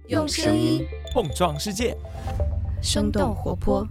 用声音碰撞世界， 生动活泼。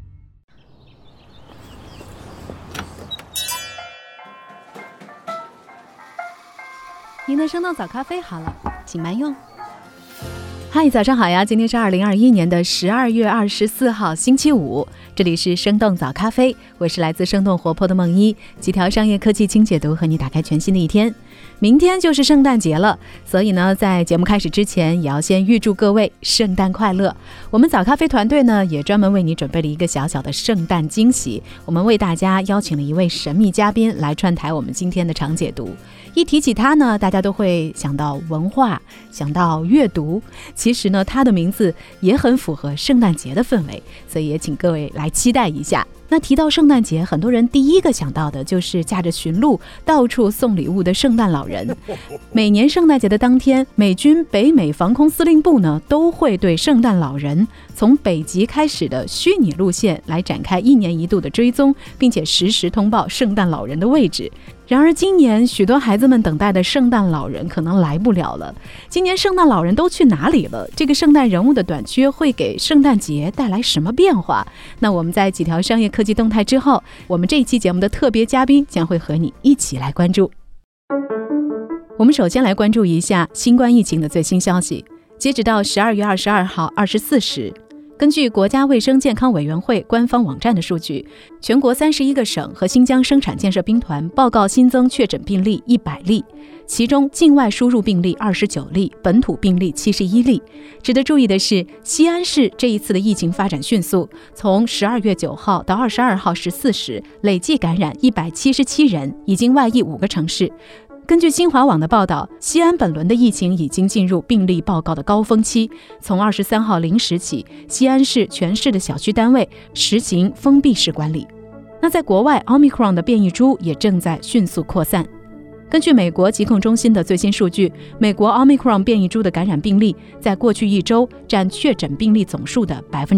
您的生动早咖啡好了，请慢用。嗨，早上好呀！今天是2021年的12月24号，星期五。这里是生动早咖啡，我是来自生动活泼的梦一，几条商业科技轻解读，和你打开全新的一天。明天就是圣诞节了，所以呢，在节目开始之前，也要先预祝各位圣诞快乐。我们早咖啡团队呢，也专门为你准备了一个小小的圣诞惊喜。我们为大家邀请了一位神秘嘉宾来串台我们今天的长解读。一提起他呢，大家都会想到文化，想到阅读。其实呢，他的名字也很符合圣诞节的氛围，所以也请各位来期待一下。那提到圣诞节，很多人第一个想到的就是驾着驯鹿到处送礼物的圣诞老人。每年圣诞节的当天，美军北美防空司令部呢都会对圣诞老人从北极开始的虚拟路线来展开1年1度的追踪，并且实时通报圣诞老人的位置。然而今年许多孩子们等待的圣诞老人可能来不了了。今年圣诞老人都去哪里了？这个圣诞人物的短缺会给圣诞节带来什么变化？那我们在几条商业科技动态之后，我们这一期节目的特别嘉宾将会和你一起来关注。我们首先来关注一下新冠疫情的最新消息。截止到12月22号24时，根据国家卫生健康委员会官方网站的数据，全国31个省和新疆生产建设兵团报告新增确诊病例100例，其中境外输入病例29例，本土病例71例。值得注意的是，西安市这一次的疫情发展迅速，从12月9号到22号14时，累计感染177人，已经外溢5个城市。根据新华网的报道，西安本轮的疫情已经进入病例报告的高峰期。从23号0时起，西安市全市的小区单位实行封闭式管理。那在国外 Omicron 的变异株也正在迅速扩散。根据美国疾控中心的最新数据，美国 Omicron 变异株的感染病例在过去1周占确诊病例总数的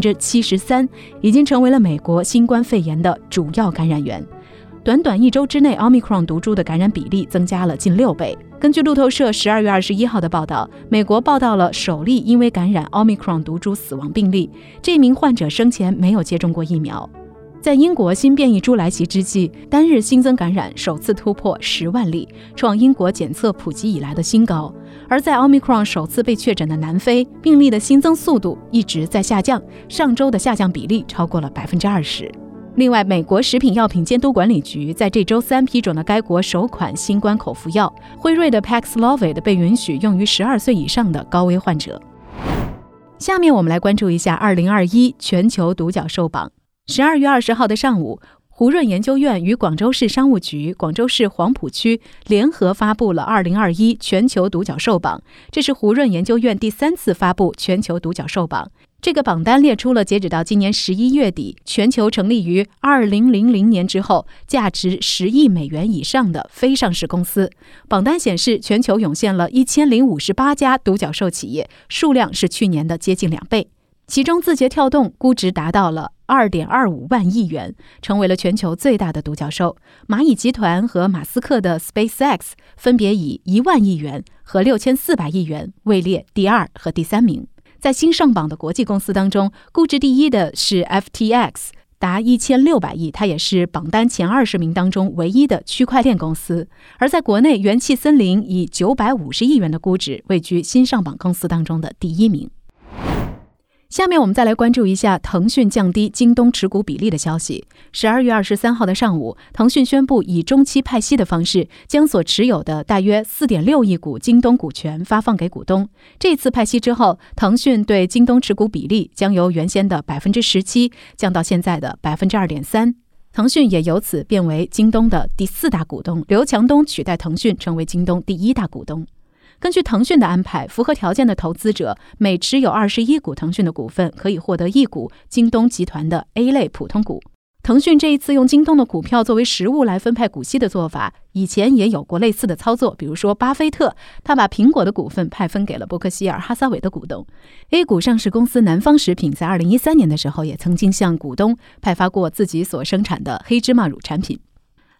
73%， 已经成为了美国新冠肺炎的主要感染源。短短1周之内 Omicron 毒株的感染比例增加了近6倍。根据路透社12月21号的报道，美国报道了首例因为感染 Omicron 毒株死亡病例，这名患者生前没有接种过疫苗。在英国新变异株来袭之际，单日新增感染首次突破10万例，创英国检测普及以来的新高。而在 Omicron 首次被确诊的南非，病例的新增速度一直在下降，上周的下降比例超过了 20%。另外，美国食品药品监督管理局在这周3批准了该国首款新冠口服药，辉瑞的 Paxlovid 被允许用于12岁以上的高危患者。下面我们来关注一下2021全球独角兽榜。12月20号的上午，胡润研究院与广州市商务局、广州市黄埔区联合发布了2021全球独角兽榜，这是胡润研究院第3次发布全球独角兽榜。这个榜单列出了截止到今年11月底，全球成立于2000年之后，价值10亿美元以上的非上市公司。榜单显示，全球涌现了1058家独角兽企业，数量是去年的接近2倍。其中，字节跳动估值达到了2.25万亿元，成为了全球最大的独角兽。蚂蚁集团和马斯克的 SpaceX 分别以1万亿元和6400亿元位列第2和第3名。在新上榜的国际公司当中，估值第1的是 FTX， 达1600亿，它也是榜单前20名当中唯一的区块链公司。而在国内，元气森林以950亿元的估值位居新上榜公司当中的第1名。下面我们再来关注一下腾讯降低京东持股比例的消息。12月23号的上午，腾讯宣布以中期派息的方式，将所持有的大约 4.6 亿股京东股权发放给股东。这次派息之后，腾讯对京东持股比例将由原先的 17% 降到现在的 2.3%。腾讯也由此变为京东的第4大股东，刘强东取代腾讯成为京东第1大股东。根据腾讯的安排，符合条件的投资者每持有21股腾讯的股份，可以获得1股京东集团的 A 类普通股。腾讯这一次用京东的股票作为实物来分派股息的做法，以前也有过类似的操作，比如说巴菲特，他把苹果的股份派分给了伯克希尔哈撒韦的股东。A 股上市公司南方食品在2013年的时候也曾经向股东派发过自己所生产的黑芝麻乳产品。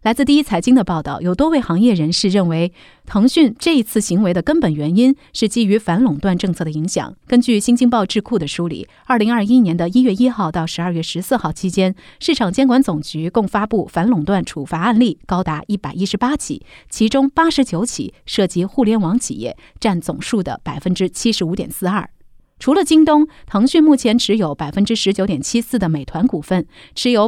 来自第一财经的报道，有多位行业人士认为，腾讯这一次行为的根本原因是基于反垄断政策的影响。根据新京报智库的梳理，2021年的1月1号到12月14号期间，市场监管总局共发布反垄断处罚案例高达118起，其中89起涉及互联网企业，占总数的 75.42%。除了京东，腾讯目前持有 19.74% 的美团股份，持有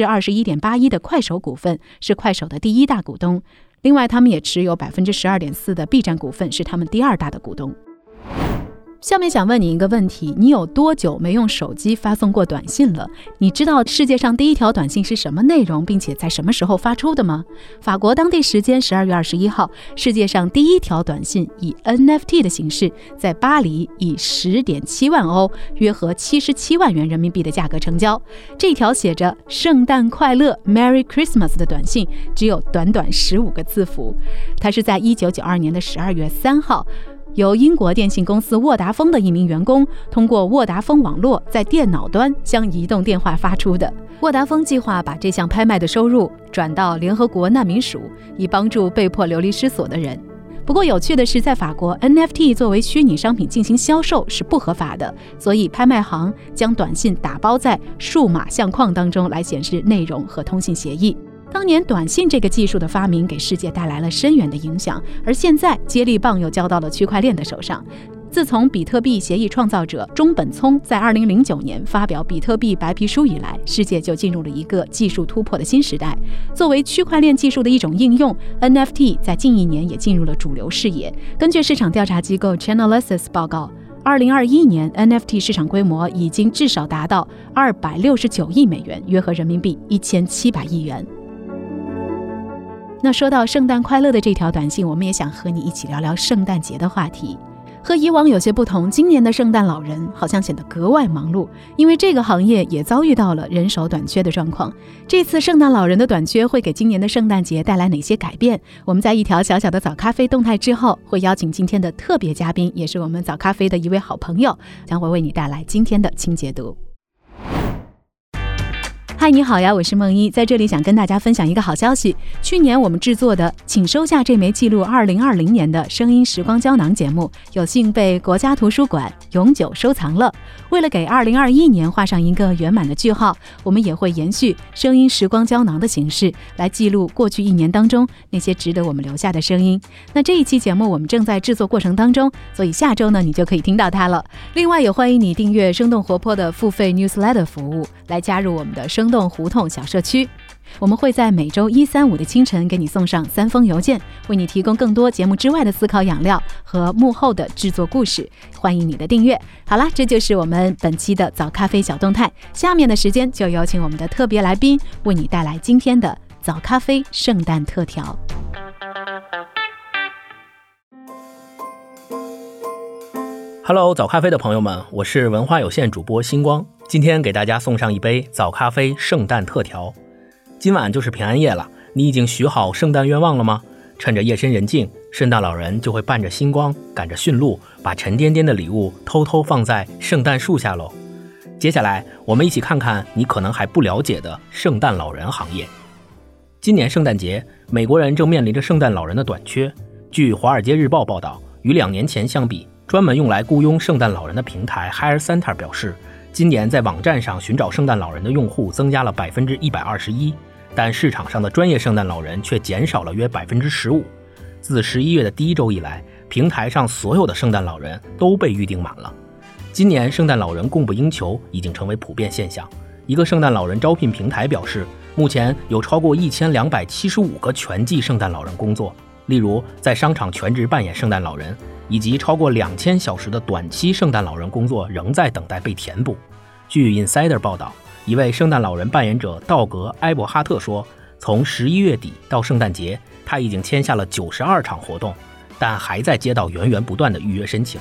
21.81% 的快手股份，是快手的第一大股东。另外，他们也持有 12.4% 的 B 站股份，是他们第二大的股东。下面想问你一个问题，你有多久没用手机发送过短信了？你知道世界上第一条短信是什么内容，并且在什么时候发出的吗？法国当地时间12月21号，世界上第一条短信以 NFT 的形式，在巴黎以 10.7 万欧，约合77万元人民币的价格成交。这条写着圣诞快乐 Merry Christmas 的短信只有短短15个字符。它是在1992年的12月3号由英国电信公司沃达丰的一名员工通过沃达丰网络在电脑端向移动电话发出的。沃达丰计划把这项拍卖的收入转到联合国难民署，以帮助被迫流离失所的人。不过有趣的是，在法国 NFT 作为虚拟商品进行销售是不合法的，所以拍卖行将短信打包在数码相框当中来显示内容和通信协议。当年短信这个技术的发明给世界带来了深远的影响，而现在接力棒又交到了区块链的手上。自从比特币协议创造者中本聪在2009年发表比特币白皮书以来，世界就进入了一个技术突破的新时代。作为区块链技术的一种应用， NFT 在近一年也进入了主流视野。根据市场调查机构 Chainalysis 报告，2021年 NFT 市场规模已经至少达到269亿美元，约合人民币1700亿元。那说到圣诞快乐的这条短信，我们也想和你一起聊聊圣诞节的话题。和以往有些不同，今年的圣诞老人好像显得格外忙碌，因为这个行业也遭遇到了人手短缺的状况。这次圣诞老人的短缺会给今年的圣诞节带来哪些改变？我们在一条小小的早咖啡动态之后，会邀请今天的特别嘉宾，也是我们早咖啡的一位好朋友，将会为你带来今天的清解读。嗨，你好呀，我是梦一，在这里想跟大家分享一个好消息。去年我们制作的请收下这枚记录2020年的声音时光胶囊节目，有幸被国家图书馆永久收藏了。为了给2021年画上一个圆满的句号，我们也会延续声音时光胶囊的形式，来记录过去一年当中那些值得我们留下的声音。那这一期节目我们正在制作过程当中，所以下周呢你就可以听到它了。另外也欢迎你订阅生动活泼的付费 newsletter 服务，来加入我们的生动胡同小社区。我们会在每周1、3、5的清晨给你送上3封邮件，为你提供更多节目之外的思考养料和幕后的制作故事。欢迎你的订阅。好啦，这就是我们本期的早咖啡小动态。下面的时间就有请我们的特别来宾为你带来今天的早咖啡圣诞特调。 Hello， 早咖啡的朋友们，我是文化有限主播星光，今天给大家送上一杯早咖啡圣诞特调。今晚就是平安夜了，你已经许好圣诞愿望了吗？趁着夜深人静，圣诞老人就会伴着星光，赶着驯鹿，把沉甸甸的礼物偷偷放在圣诞树下喽。接下来，我们一起看看你可能还不了解的圣诞老人行业。今年圣诞节，美国人正面临着圣诞老人的短缺。据《华尔街日报》报道，与2年前相比，专门用来雇佣圣诞老人的平台 Hire Center 表示，今年在网站上寻找圣诞老人的用户增加了 121%， 但市场上的专业圣诞老人却减少了约 15%。 自11月的第一周以来，平台上所有的圣诞老人都被预订满了。今年圣诞老人供不应求已经成为普遍现象。一个圣诞老人招聘平台表示，目前有超过1275个全季圣诞老人工作，例如在商场全职扮演圣诞老人，以及超过2000小时的短期圣诞老人工作仍在等待被填补。据 Insider 报道，一位圣诞老人扮演者道格·埃伯哈特说，从11月底到圣诞节，他已经签下了92场活动，但还在接到源源不断的预约申请。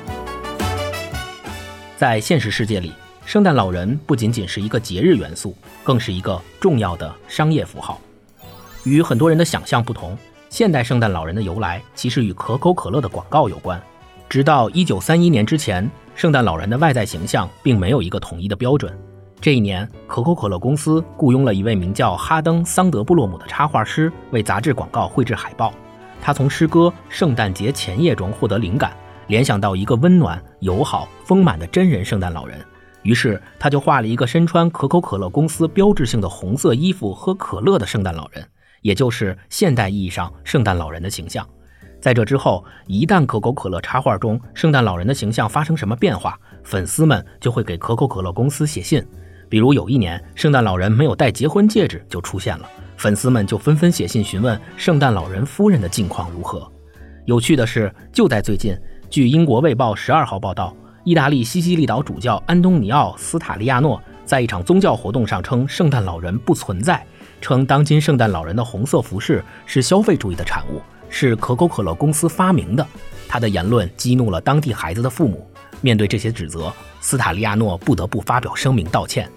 在现实世界里，圣诞老人不仅仅是一个节日元素，更是一个重要的商业符号。与很多人的想象不同，现代圣诞老人的由来其实与可口可乐的广告有关。直到1931年之前，圣诞老人的外在形象并没有一个统一的标准。 这一年，可口可乐公司雇佣了一位名叫哈登·桑德布洛姆的插画师，为杂志广告绘制海报。他从诗歌《圣诞节前夜》中获得灵感，联想到一个温暖、友好、丰满的真人圣诞老人。于是他就画了一个身穿可口可乐公司标志性的红色衣服喝可乐的圣诞老人，也就是现代意义上圣诞老人的形象。在这之后，一旦可口可乐插画中圣诞老人的形象发生什么变化，粉丝们就会给可口可乐公司写信。比如有一年，圣诞老人没有戴结婚戒指就出现了，粉丝们就纷纷写信询问圣诞老人夫人的近况如何。有趣的是，就在最近，据英国卫报12号报道，意大利西西里岛主教安东尼奥·斯塔利亚诺在一场宗教活动上称圣诞老人不存在，称当今圣诞老人的红色服饰是消费主义的产物，是可口可乐公司发明的。他的言论激怒了当地孩子的父母，面对这些指责，斯塔利亚诺不得不发表声明道歉。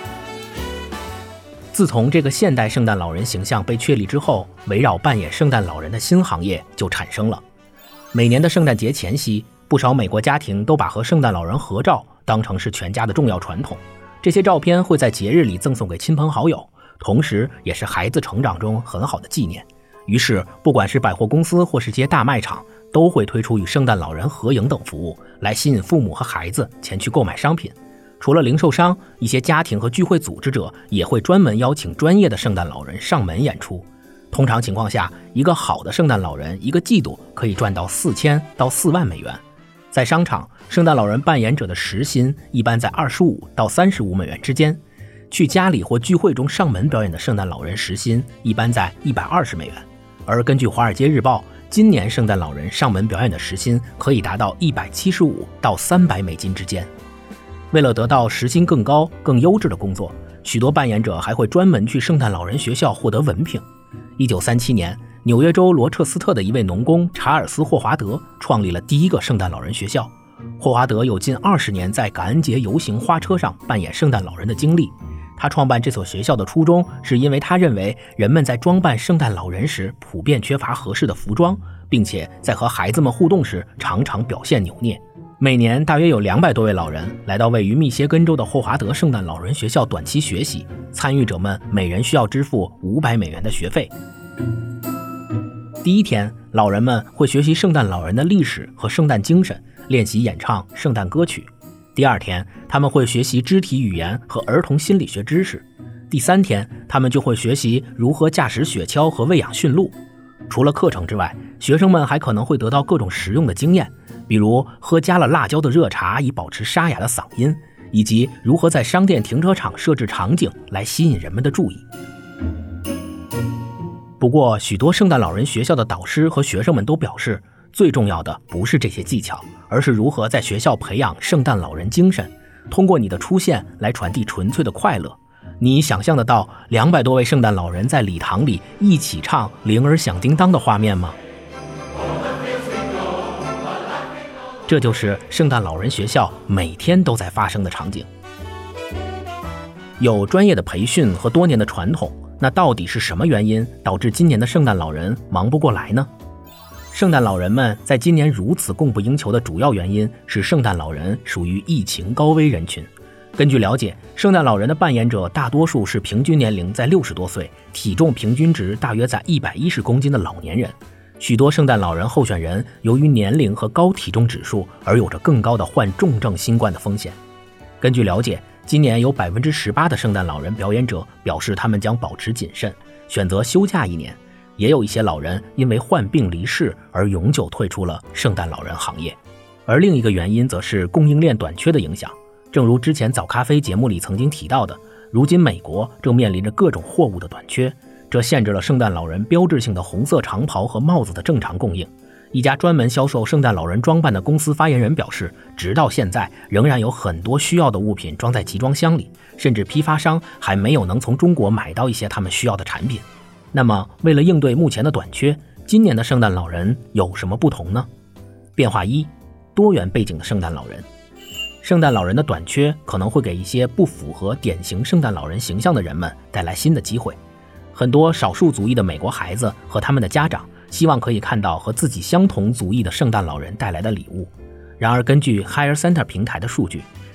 自从这个现代圣诞老人形象被确立之后，围绕扮演圣诞老人的新行业就产生了。每年的圣诞节前夕，不少美国家庭都把和圣诞老人合照当成是全家的重要传统。这些照片会在节日里赠送给亲朋好友，同时也是孩子成长中很好的纪念。于是，不管是百货公司或是些大卖场，都会推出与圣诞老人合影等服务，来吸引父母和孩子前去购买商品。除了零售商，一些家庭和聚会组织者也会专门邀请专业的圣诞老人上门演出。通常情况下，一个好的圣诞老人一个季度可以赚到4000到4万美元。在商场，圣诞老人扮演者的时薪一般在25到35美元之间。去家里或聚会中上门表演的圣诞老人时薪一般在120美元。而根据《华尔街日报》，今年圣诞老人上门表演的时薪可以达到175到300美金之间。为了得到时薪更高、更优质的工作，许多扮演者还会专门去圣诞老人学校获得文凭。1937年，纽约州罗彻斯特的一位农工查尔斯·霍华德创立了第一个圣诞老人学校。霍华德有近20年在感恩节游行花车上扮演圣诞老人的经历。他创办这所学校的初衷是因为他认为人们在装扮圣诞老人时普遍缺乏合适的服装，并且在和孩子们互动时常常表现扭捏。每年大约有200多位老人来到位于密歇根州的霍华德圣诞老人学校短期学习，参与者们每人需要支付500美元的学费。第一天，老人们会学习圣诞老人的历史和圣诞精神，练习演唱圣诞歌曲。第二天，他们会学习肢体语言和儿童心理学知识。第3天，他们就会学习如何驾驶雪橇和喂养驯鹿。除了课程之外，学生们还可能会得到各种实用的经验，比如喝加了辣椒的热茶以保持沙哑的嗓音，以及如何在商店停车场设置场景来吸引人们的注意。不过，许多圣诞老人学校的导师和学生们都表示，最重要的不是这些技巧，而是如何在学校培养圣诞老人精神，通过你的出现来传递纯粹的快乐。你想象得到200多位圣诞老人在礼堂里一起唱铃儿响叮当的画面吗？这就是圣诞老人学校每天都在发生的场景。有专业的培训和多年的传统，那到底是什么原因导致今年的圣诞老人忙不过来呢？圣诞老人们在今年如此供不应求的主要原因是圣诞老人属于疫情高危人群。根据了解，圣诞老人的扮演者大多数是平均年龄在60多岁，体重平均值大约在110公斤的老年人。许多圣诞老人候选人由于年龄和高体重指数而有着更高的患重症新冠的风险。根据了解，今年有 18% 的圣诞老人表演者表示他们将保持谨慎，选择休假1年。也有一些老人因为患病离世而永久退出了圣诞老人行业。而另一个原因则是供应链短缺的影响。正如之前早咖啡节目里曾经提到的，如今美国正面临着各种货物的短缺，这限制了圣诞老人标志性的红色长袍和帽子的正常供应。一家专门销售圣诞老人装扮的公司发言人表示，直到现在仍然有很多需要的物品装在集装箱里，甚至批发商还没有能从中国买到一些他们需要的产品。那么为了应对目前的短缺，今年的圣诞老人有什么不同呢？变化1，多元背景的圣诞老人。圣诞老人的短缺可能会给一些不符合典型圣诞老人形象的人们带来新的机会。很多少数族裔的美国孩子和他们的家长希望可以看到和自己相同族裔的圣诞老人带来的礼物。然而，根据 Hire Center 平台的数据，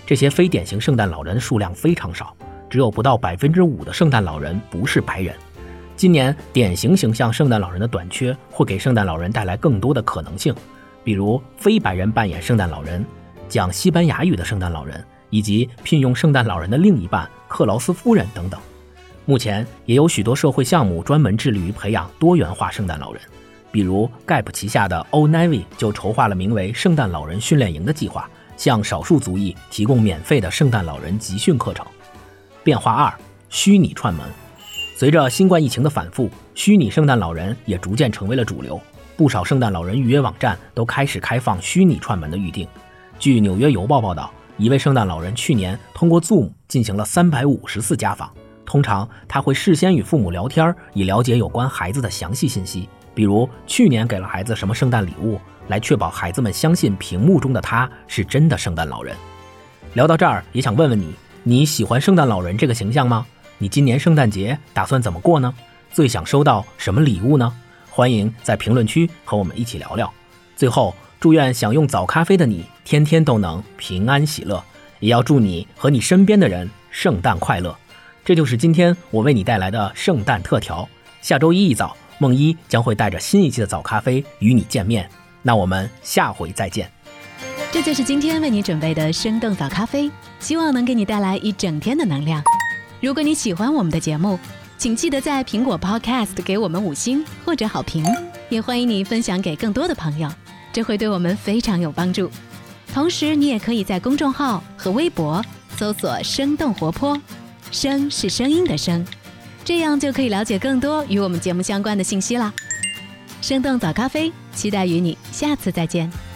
这些非典型圣诞老人的数量非常少，只有不到5%的圣诞老人不是白人。今年典型形象圣诞老人的短缺会给圣诞老人带来更多的可能性，比如非白人扮演圣诞老人，讲西班牙语的圣诞老人，以及聘用圣诞老人的另一半克劳斯夫人等等。目前也有许多社会项目专门致力于培养多元化圣诞老人，比如 Gap 旗下的 Old Navy 就筹划了名为圣诞老人训练营的计划，向少数族裔提供免费的圣诞老人集训课程。变化2，虚拟串门。随着新冠疫情的反复，虚拟圣诞老人也逐渐成为了主流，不少圣诞老人预约网站都开始开放虚拟串门的预订。据纽约邮报报道，一位圣诞老人去年通过 Zoom 进行了350次家访，通常他会事先与父母聊天，以了解有关孩子的详细信息，比如去年给了孩子什么圣诞礼物，来确保孩子们相信屏幕中的他是真的圣诞老人。聊到这儿，也想问问你喜欢圣诞老人这个形象吗？你今年圣诞节打算怎么过呢？最想收到什么礼物呢？欢迎在评论区和我们一起聊聊。最后，祝愿享用早咖啡的你天天都能平安喜乐，也要祝你和你身边的人圣诞快乐。这就是今天我为你带来的圣诞特调。下周一早，梦一将会带着新一期的早咖啡与你见面。那我们下回再见。 这就是今天为你准备的生动早咖啡，希望能给你带来一整天的能量。如果你喜欢我们的节目，请记得在苹果 Podcast 给我们5星或者好评，也欢迎你分享给更多的朋友，这会对我们非常有帮助。同时你也可以在公众号和微博搜索生动活泼，声是声音的声，这样就可以了解更多与我们节目相关的信息啦。生动早咖啡，期待与你下次再见。